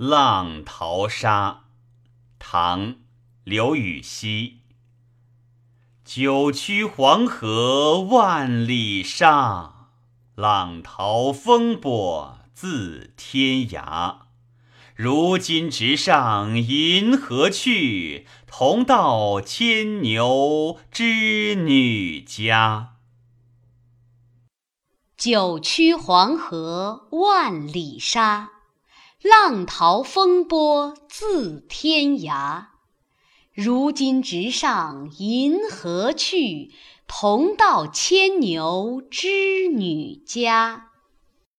浪淘沙。唐·刘禹锡。九曲黄河万里沙，浪淘风簸自天涯。如今直上银河去，同到牵牛织女家。 九曲黄河万里沙，浪淘风簸自天涯。如今直上银河去，同到牵牛织女家。